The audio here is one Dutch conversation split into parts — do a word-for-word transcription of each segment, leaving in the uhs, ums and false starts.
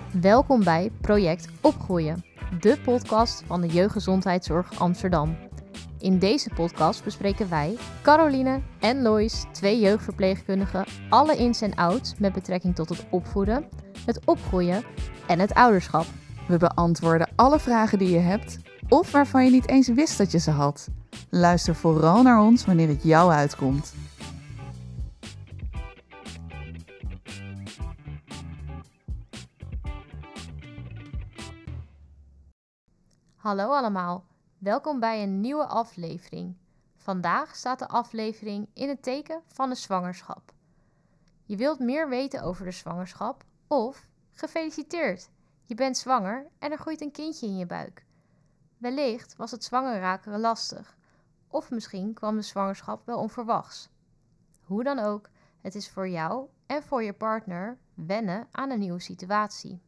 Welkom bij Project Opgroeien, de podcast van de Jeugdgezondheidszorg Amsterdam. In deze podcast bespreken wij, Caroline en Lois, twee jeugdverpleegkundigen, alle ins en outs met betrekking tot het opvoeden, het opgroeien en het ouderschap. We beantwoorden alle vragen die je hebt of waarvan je niet eens wist dat je ze had. Luister vooral naar ons wanneer het jou uitkomt. Hallo allemaal, welkom bij een nieuwe aflevering. Vandaag staat de aflevering in het teken van de zwangerschap. Je wilt meer weten over de zwangerschap of gefeliciteerd, je bent zwanger en er groeit een kindje in je buik. Wellicht was het zwanger raken lastig of misschien kwam de zwangerschap wel onverwachts. Hoe dan ook, het is voor jou en voor je partner wennen aan een nieuwe situatie.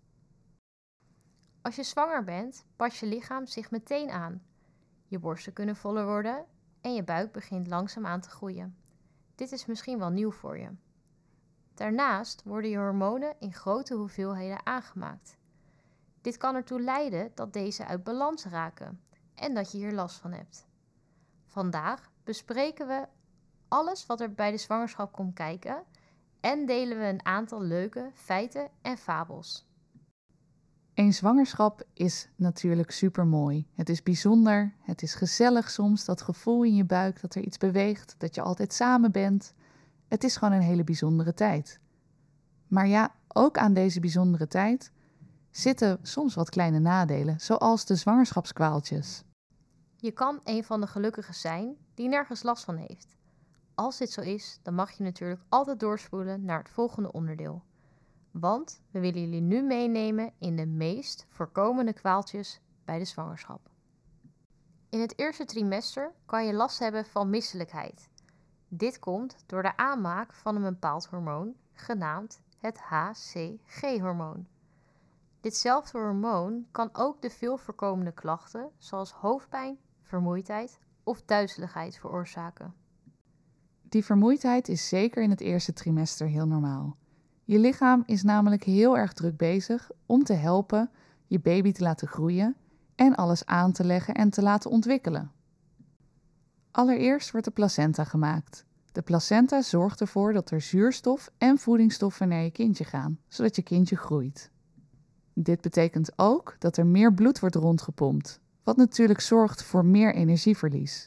Als je zwanger bent, past je lichaam zich meteen aan. Je borsten kunnen voller worden en je buik begint langzaam aan te groeien. Dit is misschien wel nieuw voor je. Daarnaast worden je hormonen in grote hoeveelheden aangemaakt. Dit kan ertoe leiden dat deze uit balans raken en dat je hier last van hebt. Vandaag bespreken we alles wat er bij de zwangerschap komt kijken en delen we een aantal leuke feiten en fabels. Een zwangerschap is natuurlijk super mooi. Het is bijzonder, het is gezellig soms, dat gevoel in je buik dat er iets beweegt, dat je altijd samen bent. Het is gewoon een hele bijzondere tijd. Maar ja, ook aan deze bijzondere tijd zitten soms wat kleine nadelen, zoals de zwangerschapskwaaltjes. Je kan een van de gelukkigen zijn die nergens last van heeft. Als dit zo is, dan mag je natuurlijk altijd doorspoelen naar het volgende onderdeel. Want we willen jullie nu meenemen in de meest voorkomende kwaaltjes bij de zwangerschap. In het eerste trimester kan je last hebben van misselijkheid. Dit komt door de aanmaak van een bepaald hormoon, genaamd het H C G-hormoon. Ditzelfde hormoon kan ook de veel voorkomende klachten, zoals hoofdpijn, vermoeidheid of duizeligheid veroorzaken. Die vermoeidheid is zeker in het eerste trimester heel normaal. Je lichaam is namelijk heel erg druk bezig om te helpen je baby te laten groeien en alles aan te leggen en te laten ontwikkelen. Allereerst wordt de placenta gemaakt. De placenta zorgt ervoor dat er zuurstof en voedingsstoffen naar je kindje gaan, zodat je kindje groeit. Dit betekent ook dat er meer bloed wordt rondgepompt, wat natuurlijk zorgt voor meer energieverlies.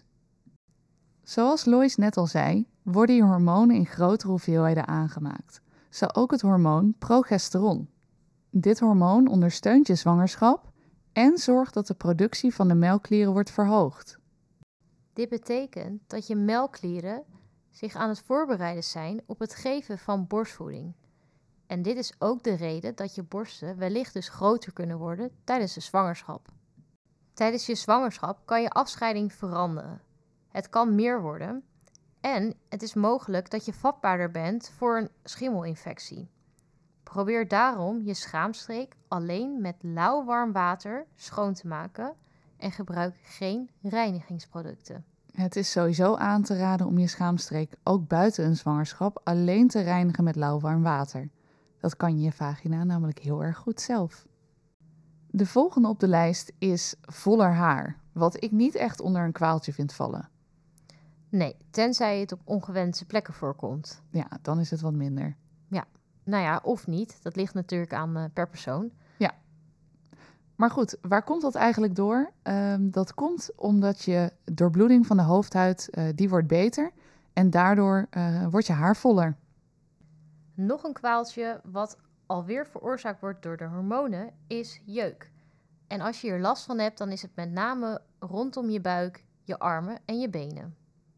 Zoals Lois net al zei, worden je hormonen in grotere hoeveelheden aangemaakt. Zo ook het hormoon progesteron. Dit hormoon ondersteunt je zwangerschap en zorgt dat de productie van de melkklieren wordt verhoogd. Dit betekent dat je melkklieren zich aan het voorbereiden zijn op het geven van borstvoeding. En dit is ook de reden dat je borsten wellicht dus groter kunnen worden tijdens de zwangerschap. Tijdens je zwangerschap kan je afscheiding veranderen. Het kan meer worden. En het is mogelijk dat je vatbaarder bent voor een schimmelinfectie. Probeer daarom je schaamstreek alleen met lauwwarm water schoon te maken en gebruik geen reinigingsproducten. Het is sowieso aan te raden om je schaamstreek ook buiten een zwangerschap alleen te reinigen met lauwwarm water. Dat kan je vagina namelijk heel erg goed zelf. De volgende op de lijst is voller haar, wat ik niet echt onder een kwaaltje vind vallen. Nee, tenzij het op ongewenste plekken voorkomt. Ja, dan is het wat minder. Ja, nou ja, of niet. Dat ligt natuurlijk aan uh, per persoon. Ja. Maar goed, waar komt dat eigenlijk door? Uh, dat komt omdat je doorbloeding van de hoofdhuid, uh, die wordt beter. En daardoor uh, wordt je haar voller. Nog een kwaaltje wat alweer veroorzaakt wordt door de hormonen is jeuk. En als je hier last van hebt, dan is het met name rondom je buik, je armen en je benen.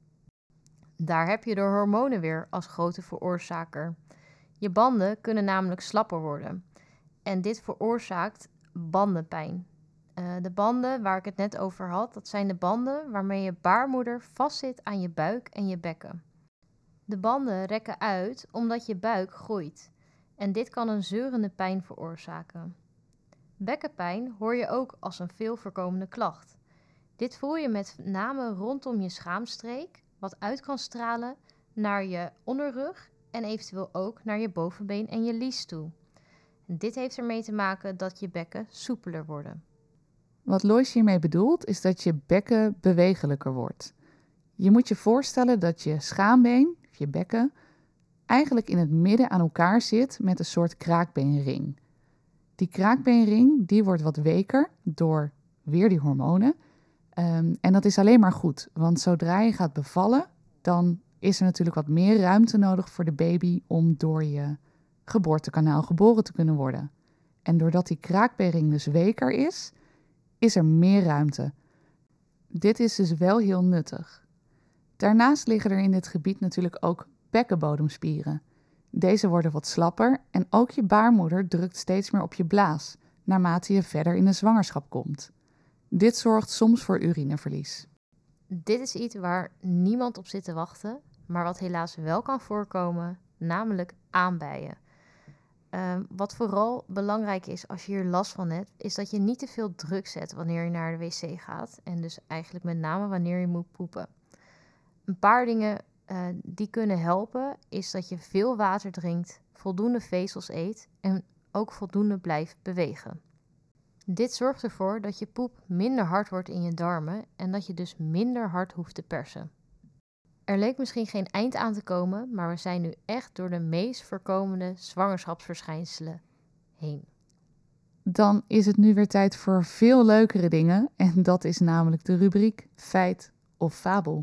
Daar heb je de hormonen weer als grote veroorzaker. Je banden kunnen namelijk slapper worden. En dit veroorzaakt bandenpijn. Uh, de banden waar ik het net over had, dat zijn de banden waarmee je baarmoeder vastzit aan je buik en je bekken. De banden rekken uit omdat je buik groeit. En dit kan een zeurende pijn veroorzaken. Bekkenpijn hoor je ook als een veel voorkomende klacht. Dit voel je met name rondom je schaamstreek, wat uit kan stralen naar je onderrug en eventueel ook naar je bovenbeen en je lies toe. Dit heeft ermee te maken dat je bekken soepeler worden. Wat Lois hiermee bedoelt is dat je bekken bewegelijker wordt. Je moet je voorstellen dat je schaambeen, of je bekken, eigenlijk in het midden aan elkaar zit met een soort kraakbeenring. Die kraakbeenring die wordt wat weker door weer die hormonen. Um, en dat is alleen maar goed, want zodra je gaat bevallen, dan is er natuurlijk wat meer ruimte nodig voor de baby om door je geboortekanaal geboren te kunnen worden. En doordat die kraakbeenring dus weker is, is er meer ruimte. Dit is dus wel heel nuttig. Daarnaast liggen er in dit gebied natuurlijk ook bekkenbodemspieren. Deze worden wat slapper en ook je baarmoeder drukt steeds meer op je blaas, naarmate je verder in de zwangerschap komt. Dit zorgt soms voor urineverlies. Dit is iets waar niemand op zit te wachten, maar wat helaas wel kan voorkomen, namelijk aanbijen. Uh, wat vooral belangrijk is als je hier last van hebt, is dat je niet te veel druk zet wanneer je naar de wc gaat. En dus eigenlijk met name wanneer je moet poepen. Een paar dingen uh, die kunnen helpen, is dat je veel water drinkt, voldoende vezels eet en ook voldoende blijft bewegen. Dit zorgt ervoor dat je poep minder hard wordt in je darmen en dat je dus minder hard hoeft te persen. Er leek misschien geen eind aan te komen, maar we zijn nu echt door de meest voorkomende zwangerschapsverschijnselen heen. Dan is het nu weer tijd voor veel leukere dingen en dat is namelijk de rubriek Feit of Fabel.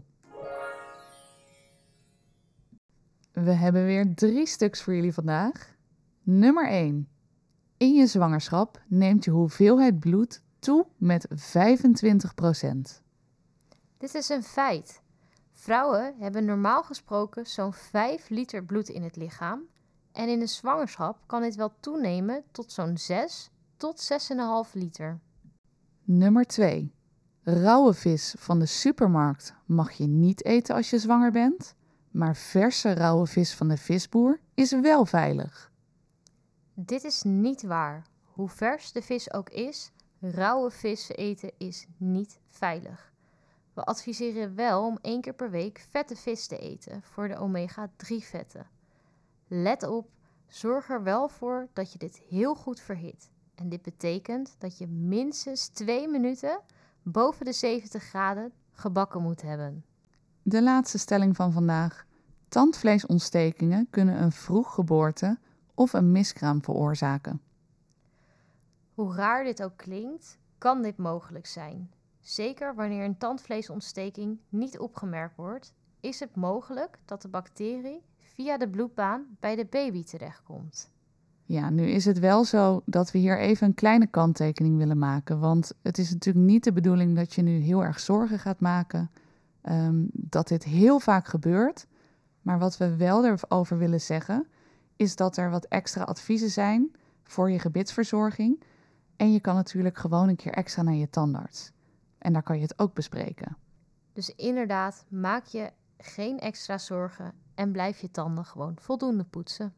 We hebben weer drie stuks voor jullie vandaag. Nummer één. In je zwangerschap neemt je hoeveelheid bloed toe met vijfentwintig procent. Dit is een feit. Vrouwen hebben normaal gesproken zo'n vijf liter bloed in het lichaam en in een zwangerschap kan dit wel toenemen tot zo'n zes tot zes komma vijf liter. Nummer twee. Rauwe vis van de supermarkt mag je niet eten als je zwanger bent, maar verse rauwe vis van de visboer is wel veilig. Dit is niet waar. Hoe vers de vis ook is, rauwe vis eten is niet veilig. We adviseren wel om één keer per week vette vis te eten voor de omega drie vetten. Let op, zorg er wel voor dat je dit heel goed verhit. En dit betekent dat je minstens twee minuten boven de zeventig graden gebakken moet hebben. De laatste stelling van vandaag. Tandvleesontstekingen kunnen een vroeggeboorte of een miskraam veroorzaken. Hoe raar dit ook klinkt, kan dit mogelijk zijn. Zeker wanneer een tandvleesontsteking niet opgemerkt wordt, is het mogelijk dat de bacterie via de bloedbaan bij de baby terechtkomt. Ja, nu is het wel zo dat we hier even een kleine kanttekening willen maken. Want het is natuurlijk niet de bedoeling dat je nu heel erg zorgen gaat maken. Um, dat dit heel vaak gebeurt. Maar wat we wel erover willen zeggen, is dat er wat extra adviezen zijn voor je gebitsverzorging. En je kan natuurlijk gewoon een keer extra naar je tandarts. En daar kan je het ook bespreken. Dus inderdaad, maak je geen extra zorgen en blijf je tanden gewoon voldoende poetsen.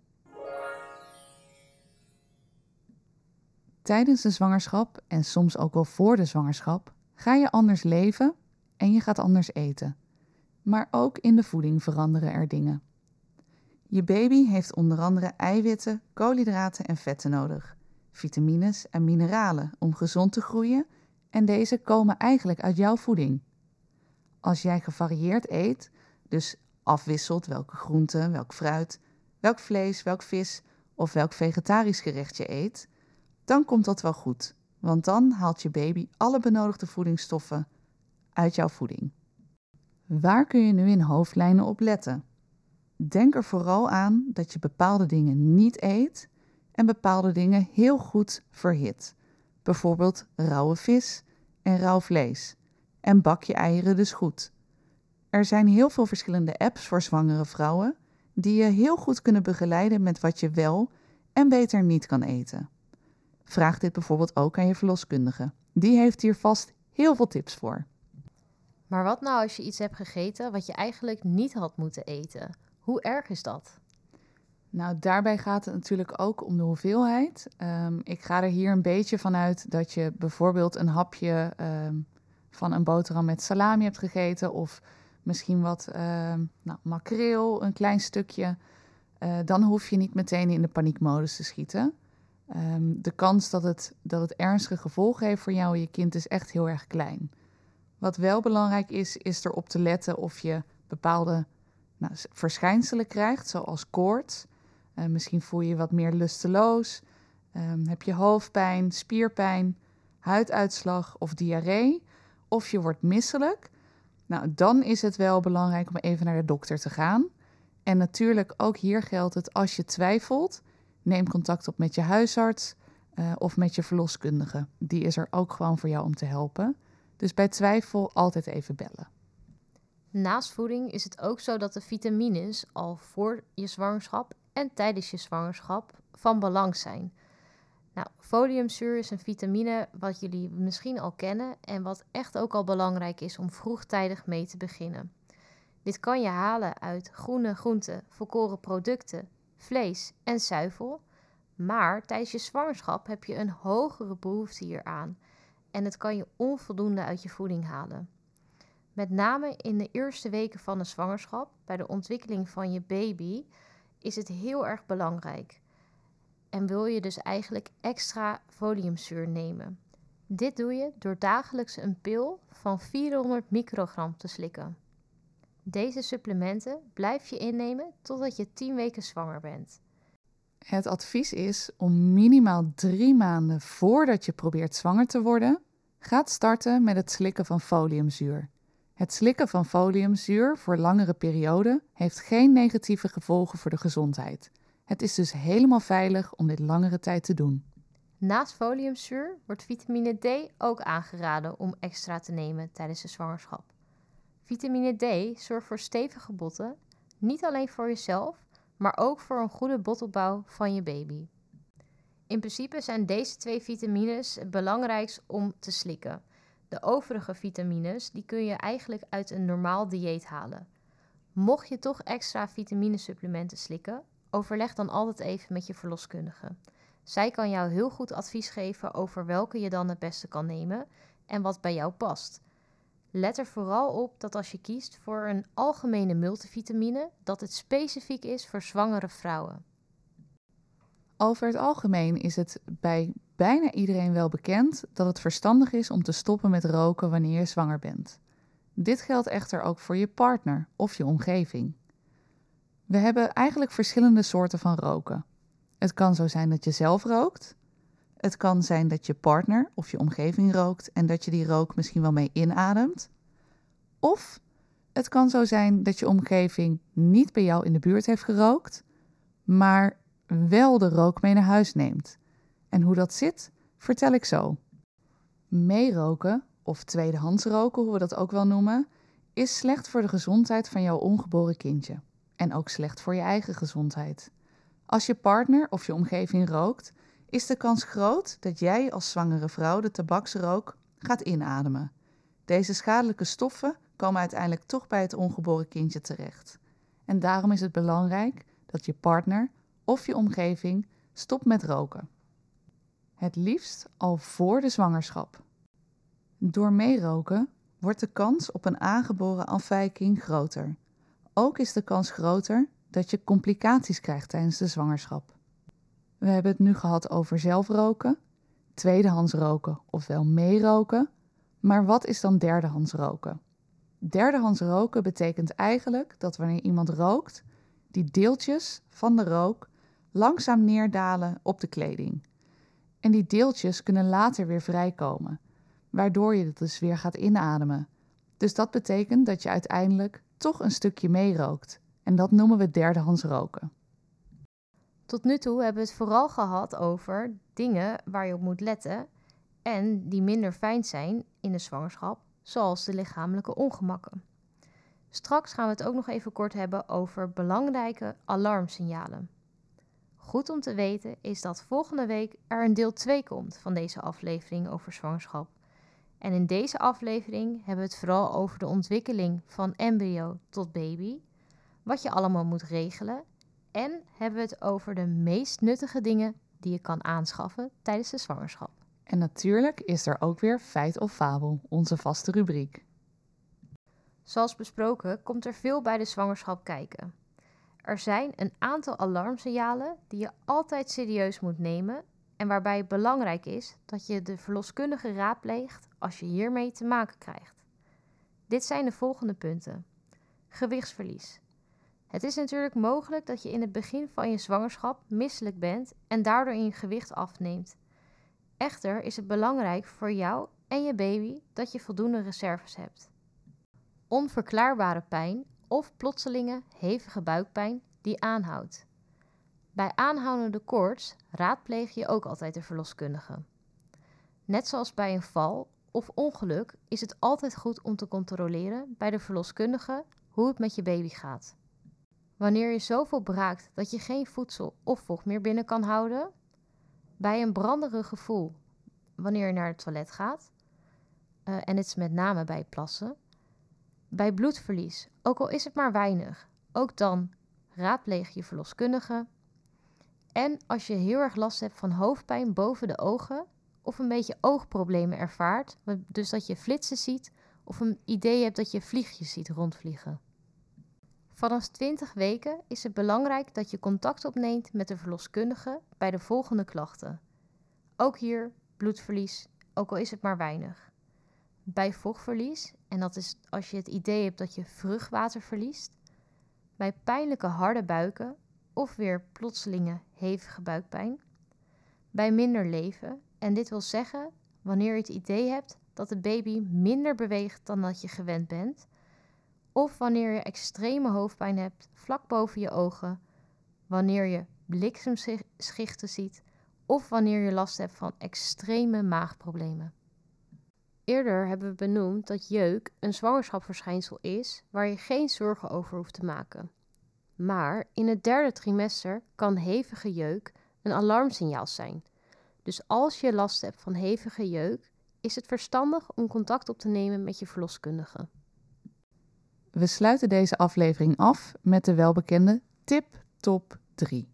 Tijdens de zwangerschap en soms ook wel voor de zwangerschap ga je anders leven en je gaat anders eten. Maar ook in de voeding veranderen er dingen. Je baby heeft onder andere eiwitten, koolhydraten en vetten nodig, vitamines en mineralen om gezond te groeien en deze komen eigenlijk uit jouw voeding. Als jij gevarieerd eet, dus afwisselt welke groenten, welk fruit, welk vlees, welk vis of welk vegetarisch gerecht je eet, dan komt dat wel goed, want dan haalt je baby alle benodigde voedingsstoffen uit jouw voeding. Waar kun je nu in hoofdlijnen op letten? Denk er vooral aan dat je bepaalde dingen niet eet en bepaalde dingen heel goed verhit. Bijvoorbeeld rauwe vis en rauw vlees. En bak je eieren dus goed. Er zijn heel veel verschillende apps voor zwangere vrouwen die je heel goed kunnen begeleiden met wat je wel en beter niet kan eten. Vraag dit bijvoorbeeld ook aan je verloskundige. Die heeft hier vast heel veel tips voor. Maar wat nou als je iets hebt gegeten wat je eigenlijk niet had moeten eten? Hoe erg is dat? Nou, daarbij gaat het natuurlijk ook om de hoeveelheid. Um, ik ga er hier een beetje van uit dat je bijvoorbeeld een hapje um, van een boterham met salami hebt gegeten of misschien wat um, nou, makreel, een klein stukje. Uh, dan hoef je niet meteen in de paniekmodus te schieten. Um, de kans dat het, dat het ernstige gevolgen heeft voor jou en je kind is echt heel erg klein. Wat wel belangrijk is, is erop te letten of je bepaalde nou, verschijnselen krijgt, zoals koorts. Uh, misschien voel je je wat meer lusteloos. Um, heb je hoofdpijn, spierpijn, huiduitslag of diarree. Of je wordt misselijk. Nou, dan is het wel belangrijk om even naar de dokter te gaan. En natuurlijk ook hier geldt het, als je twijfelt, neem contact op met je huisarts uh, of met je verloskundige. Die is er ook gewoon voor jou om te helpen. Dus bij twijfel altijd even bellen. Naast voeding is het ook zo dat de vitamines al voor je zwangerschap en tijdens je zwangerschap van belang zijn. Nou, foliumzuur is een vitamine wat jullie misschien al kennen en wat echt ook al belangrijk is om vroegtijdig mee te beginnen. Dit kan je halen uit groene groenten, volkoren producten, vlees en zuivel. Maar tijdens je zwangerschap heb je een hogere behoefte hieraan en het kan je onvoldoende uit je voeding halen. Met name in de eerste weken van de zwangerschap, bij de ontwikkeling van je baby, is het heel erg belangrijk. En wil je dus eigenlijk extra foliumzuur nemen. Dit doe je door dagelijks een pil van vierhonderd microgram te slikken. Deze supplementen blijf je innemen totdat je tien weken zwanger bent. Het advies is om minimaal drie maanden voordat je probeert zwanger te worden, gaat starten met het slikken van foliumzuur. Het slikken van foliumzuur voor langere perioden heeft geen negatieve gevolgen voor de gezondheid. Het is dus helemaal veilig om dit langere tijd te doen. Naast foliumzuur wordt vitamine D ook aangeraden om extra te nemen tijdens de zwangerschap. Vitamine D zorgt voor stevige botten, niet alleen voor jezelf, maar ook voor een goede botopbouw van je baby. In principe zijn deze twee vitamines het belangrijkst om te slikken. De overige vitamines die kun je eigenlijk uit een normaal dieet halen. Mocht je toch extra vitaminesupplementen slikken, overleg dan altijd even met je verloskundige. Zij kan jou heel goed advies geven over welke je dan het beste kan nemen en wat bij jou past. Let er vooral op dat als je kiest voor een algemene multivitamine, dat het specifiek is voor zwangere vrouwen. Over het algemeen is het bij bijna iedereen wel bekend dat het verstandig is om te stoppen met roken wanneer je zwanger bent. Dit geldt echter ook voor je partner of je omgeving. We hebben eigenlijk verschillende soorten van roken. Het kan zo zijn dat je zelf rookt. Het kan zijn dat je partner of je omgeving rookt en dat je die rook misschien wel mee inademt. Of het kan zo zijn dat je omgeving niet bij jou in de buurt heeft gerookt, maar wel de rook mee naar huis neemt. En hoe dat zit, vertel ik zo. Meeroken, of tweedehands roken, hoe we dat ook wel noemen, is slecht voor de gezondheid van jouw ongeboren kindje. En ook slecht voor je eigen gezondheid. Als je partner of je omgeving rookt, is de kans groot dat jij als zwangere vrouw de tabaksrook gaat inademen. Deze schadelijke stoffen komen uiteindelijk toch bij het ongeboren kindje terecht. En daarom is het belangrijk dat je partner of je omgeving stopt met roken. Het liefst al voor de zwangerschap. Door meeroken wordt de kans op een aangeboren afwijking groter. Ook is de kans groter dat je complicaties krijgt tijdens de zwangerschap. We hebben het nu gehad over zelfroken, tweedehands roken ofwel meeroken. Maar wat is dan derdehands roken? Derdehands roken betekent eigenlijk dat wanneer iemand rookt, die deeltjes van de rook langzaam neerdalen op de kleding. En die deeltjes kunnen later weer vrijkomen, waardoor je het dus weer gaat inademen. Dus dat betekent dat je uiteindelijk toch een stukje meerookt. En dat noemen we derdehands roken. Tot nu toe hebben we het vooral gehad over dingen waar je op moet letten en die minder fijn zijn in de zwangerschap, zoals de lichamelijke ongemakken. Straks gaan we het ook nog even kort hebben over belangrijke alarmsignalen. Goed om te weten is dat volgende week er een deel twee komt van deze aflevering over zwangerschap. En in deze aflevering hebben we het vooral over de ontwikkeling van embryo tot baby, wat je allemaal moet regelen en hebben we het over de meest nuttige dingen die je kan aanschaffen tijdens de zwangerschap. En natuurlijk is er ook weer feit of fabel, onze vaste rubriek. Zoals besproken komt er veel bij de zwangerschap kijken. Er zijn een aantal alarmsignalen die je altijd serieus moet nemen en waarbij het belangrijk is dat je de verloskundige raadpleegt als je hiermee te maken krijgt. Dit zijn de volgende punten. Gewichtsverlies. Het is natuurlijk mogelijk dat je in het begin van je zwangerschap misselijk bent en daardoor in je gewicht afneemt. Echter is het belangrijk voor jou en je baby dat je voldoende reserves hebt. Onverklaarbare pijn of plotselinge hevige buikpijn die aanhoudt. Bij aanhoudende koorts raadpleeg je ook altijd de verloskundige. Net zoals bij een val of ongeluk is het altijd goed om te controleren bij de verloskundige hoe het met je baby gaat. Wanneer je zoveel braakt dat je geen voedsel of vocht meer binnen kan houden. Bij een branderig gevoel wanneer je naar het toilet gaat. Uh, en dit is met name bij plassen. Bij bloedverlies, ook al is het maar weinig, ook dan raadpleeg je verloskundige. En als je heel erg last hebt van hoofdpijn boven de ogen of een beetje oogproblemen ervaart, dus dat je flitsen ziet of een idee hebt dat je vliegjes ziet rondvliegen. Vanaf twintig weken is het belangrijk dat je contact opneemt met de verloskundige bij de volgende klachten. Ook hier bloedverlies, ook al is het maar weinig. Bij vochtverlies, en dat is als je het idee hebt dat je vruchtwater verliest. Bij pijnlijke harde buiken of weer plotselinge hevige buikpijn. Bij minder leven, en dit wil zeggen wanneer je het idee hebt dat de baby minder beweegt dan dat je gewend bent. Of wanneer je extreme hoofdpijn hebt vlak boven je ogen, wanneer je bliksemschichten ziet of wanneer je last hebt van extreme maagproblemen. Eerder hebben we benoemd dat jeuk een zwangerschapsverschijnsel is waar je geen zorgen over hoeft te maken. Maar in het derde trimester kan hevige jeuk een alarmsignaal zijn. Dus als je last hebt van hevige jeuk, is het verstandig om contact op te nemen met je verloskundige. We sluiten deze aflevering af met de welbekende tip top drie.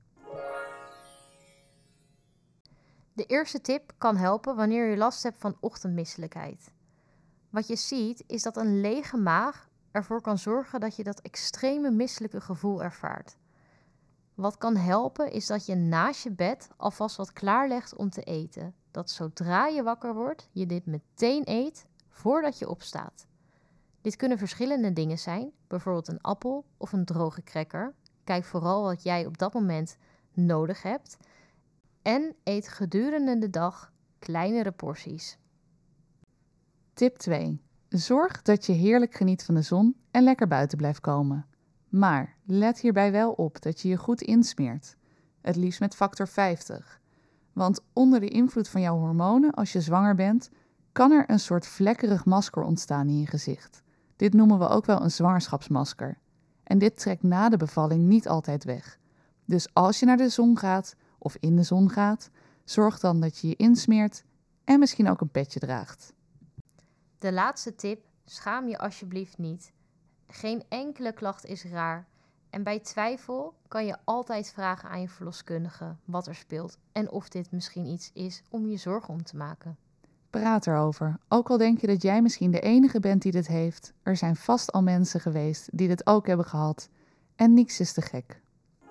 De eerste tip kan helpen wanneer je last hebt van ochtendmisselijkheid. Wat je ziet is dat een lege maag ervoor kan zorgen dat je dat extreme misselijke gevoel ervaart. Wat kan helpen is dat je naast je bed alvast wat klaarlegt om te eten. Dat zodra je wakker wordt, je dit meteen eet voordat je opstaat. Dit kunnen verschillende dingen zijn, bijvoorbeeld een appel of een droge cracker. Kijk vooral wat jij op dat moment nodig hebt. En eet gedurende de dag kleinere porties. Tip twee. Zorg dat je heerlijk geniet van de zon en lekker buiten blijft komen. Maar let hierbij wel op dat je je goed insmeert. Het liefst met factor vijftig. Want onder de invloed van jouw hormonen als je zwanger bent, kan er een soort vlekkerig masker ontstaan in je gezicht. Dit noemen we ook wel een zwangerschapsmasker. En dit trekt na de bevalling niet altijd weg. Dus als je naar de zon gaat of in de zon gaat, zorg dan dat je je insmeert en misschien ook een petje draagt. De laatste tip, schaam je alsjeblieft niet. Geen enkele klacht is raar. En bij twijfel kan je altijd vragen aan je verloskundige wat er speelt en of dit misschien iets is om je zorgen om te maken. Praat erover. Ook al denk je dat jij misschien de enige bent die dit heeft, er zijn vast al mensen geweest die dit ook hebben gehad. En niks is te gek.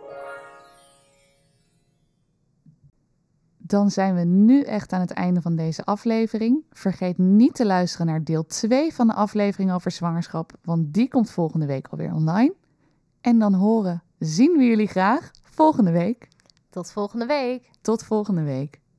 Dan zijn we nu echt aan het einde van deze aflevering. Vergeet niet te luisteren naar deel twee van de aflevering over zwangerschap, want die komt volgende week alweer online. En dan horen, zien we jullie graag volgende week. Tot volgende week. Tot volgende week.